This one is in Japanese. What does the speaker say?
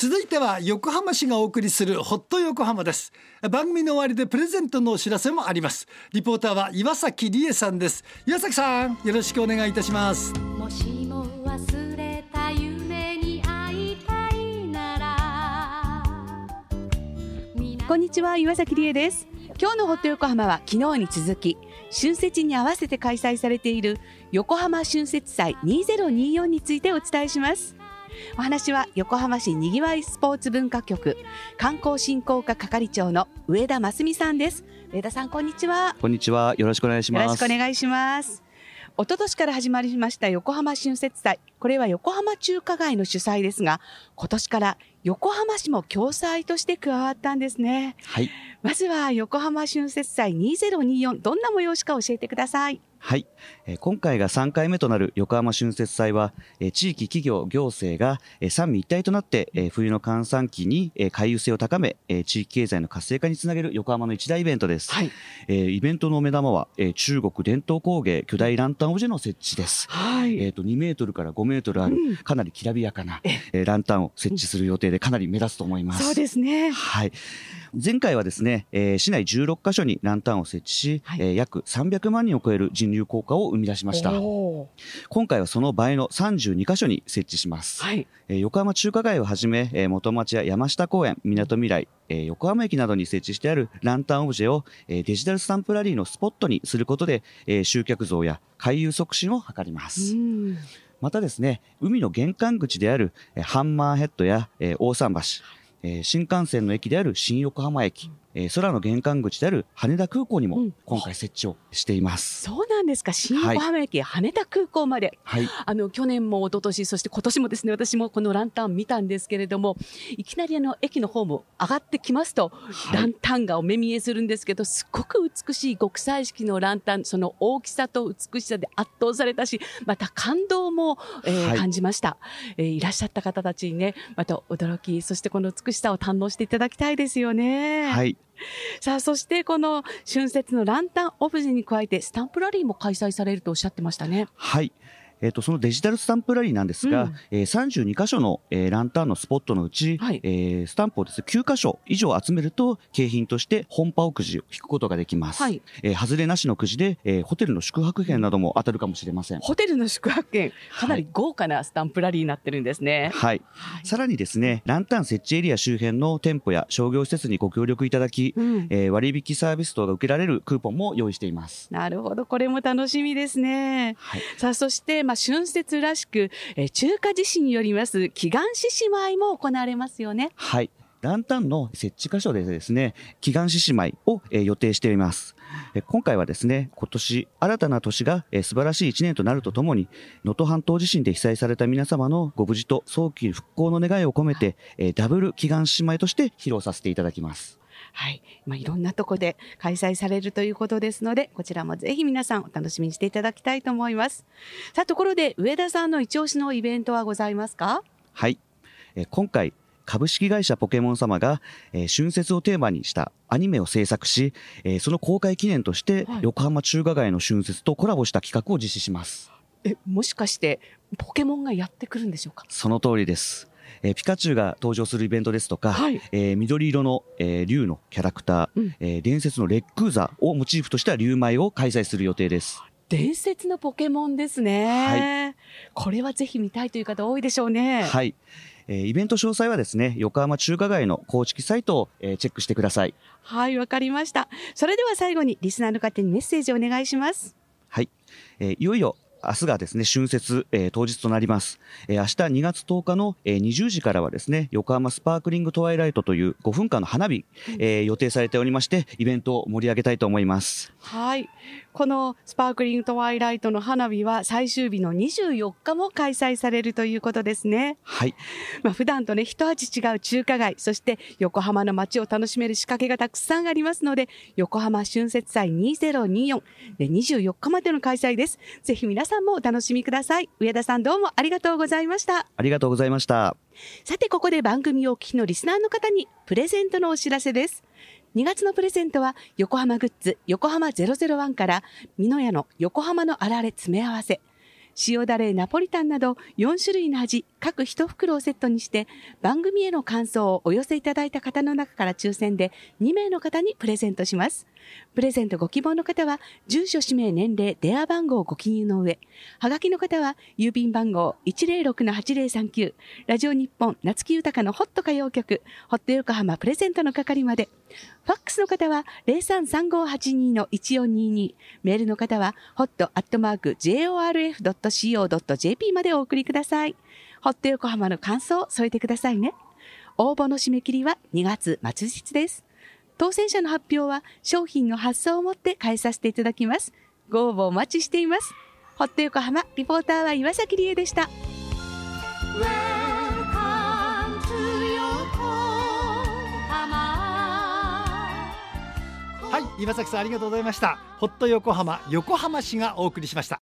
続いては横浜市がお送りするホット横浜です。番組の終わりでプレゼントのお知らせもあります。リポーターは岩崎理恵さんです。岩崎さん、よろしくお願いいたします。 もしも忘れた夢に会いたいなら。 こんにちは、岩崎理恵です。今日のホット横浜は昨日に続き、春節に合わせて開催されている横浜春節祭2024についてお伝えします。お話は横浜市にぎわいスポーツ文化局観光振興課係長の上田真澄さんです。上田さん、こんにちは。 こんにちは、よろしくお願いします。 よろしくお願いします。一昨年から始まりました横浜春節祭、これは横浜中華街の主催ですが、今年から横浜市も共催として加わったんですね。 はい。 まずは横浜春節祭2024、どんな催しか教えてください。 はい、今回が3回目となる横浜春節祭は、地域企業行政が三位一体となって、冬の閑散期に回遊性を高め、地域経済の活性化につなげる横浜の一大イベントです。はい。イベントの目玉は、中国伝統工芸巨大ランタンオブジェの設置です。はい。2メートルから5メートルある、かなりきらびやかな、ランタンを設置する予定でかなり目立つと思います。 そうですね。 はい。前回はですね、市内16カ所にランタンを設置し、約300万人を超える人流効果を生み出しました。今回はその倍の32カ所に設置します。はい。横浜中華街をはじめ、元町や山下公園、みなとみらい、横浜駅などに設置してあるランタンオブジェを、デジタルスタンプラリーのスポットにすることで、集客増や回遊促進を図ります。またですね、海の玄関口であるハンマーヘッドや大桟橋、新幹線の駅である新横浜駅、空の玄関口である羽田空港にも今回設置をしています。 そうなんですか。新横浜駅、羽田空港まで、去年も一昨年そして今年もですね、私もこのランタン見たんですけれども、いきなり駅のホーム上がってきますと、ランタンがお目見えするんですけど、すごく美しい極彩色のランタン、その大きさと美しさで圧倒されたし、また感動も、感じました。いらっしゃった方たちにね、また驚き、そしてこの美しさを堪能していただきたいですよね。はい。さあ、そしてこの春節のランタンオブジェに加えてスタンプラリーも開催されるとおっしゃってましたね。はい。 そのデジタルスタンプラリーなんですが、32カ所の、ランタンのスポットのうち、スタンプをですね、9カ所以上集めると景品として本パオくじを引くことができます。外れなしのくじで、ホテルの宿泊券なども当たるかもしれません。 ホテルの宿泊券、かなり豪華なスタンプラリーになってるんですね。 はい。さらにですね、ランタン設置エリア周辺の店舗や商業施設にご協力いただき、割引サービス等が受けられるクーポンも用意しています。 なるほど、これも楽しみですね。さあ、そして春節らしく、中華自身によります祈願獅子舞も行われますよね。 はい。ランタンの設置箇所でですね、祈願獅子舞を、予定しています。今回はですね、今年新たな年が、素晴らしい一年となるとともに、能登半島地震で被災された皆様のご無事と早期復興の願いを込めて、ダブル祈願獅子舞として披露させていただきます。 はい。いろんなとこで開催されるということですので、こちらもぜひ皆さんお楽しみにしていただきたいと思います。さあ、ところで上田さんの一押しのイベントはございますか？ はい。今回、株式会社ポケモン様が、春節をテーマにしたアニメを制作し、その公開記念として横浜中華街の春節とコラボした企画を実施します。 もしかしてポケモンがやってくるんでしょうか？ その通りです。ピカチュウが登場するイベントですとか、緑色の、竜のキャラクター、伝説のレックーザをモチーフとした竜舞を開催する予定です。 伝説のポケモンですね。これはぜひ見たいという方多いでしょうね。 はい。イベント詳細はですね、横浜中華街の公式サイトを、チェックしてください。 はい、わかりました。それでは最後にリスナーの方にメッセージをお願いします。 はい。いよいよ明日がですね、春節、当日となります。明日2月10日の、20時からはですね、横浜スパークリングトワイライトという5分間の花火、予定されておりまして、イベントを盛り上げたいと思います。 はい。このスパークリングトワイライトの花火は最終日の24日も開催されるということですね。はい。普段とね、一味違う中華街、そして横浜の街を楽しめる仕掛けがたくさんありますので、横浜春節祭2024で24日までの開催です。ぜひ皆さんもお楽しみください。上田さん、どうもありがとうございました。 ありがとうございました。 さて、ここで番組をお聞きのリスナーの方にプレゼントのお知らせです。2月のプレゼントは横浜グッズ横浜001から美濃屋の横浜のあられ詰め合わせ、塩だれナポリタンなど4種類の味各1袋をセットにして番組への感想をお寄せいただいた方の中から抽選で2名の方にプレゼントします。プレゼントご希望の方は住所氏名年齢電話番号をご記入の上、はがきの方は郵便番号 106-8039 ラジオ日本夏木豊のホット歌謡曲ホット横浜プレゼントの係まで。ファックスの方は 033582-1422 メールの方は hot@jorf.co.jp までお送りください。ホット横浜の感想を添えてくださいね。応募の締め切りは2月末日です。当選者の発表は商品の発送をもって返させていただきます。ご応募お待ちしています。ホット横浜リポーターは岩崎理恵でした。 はい、岩崎さんありがとうございました。ホット横浜、横浜市がお送りしました。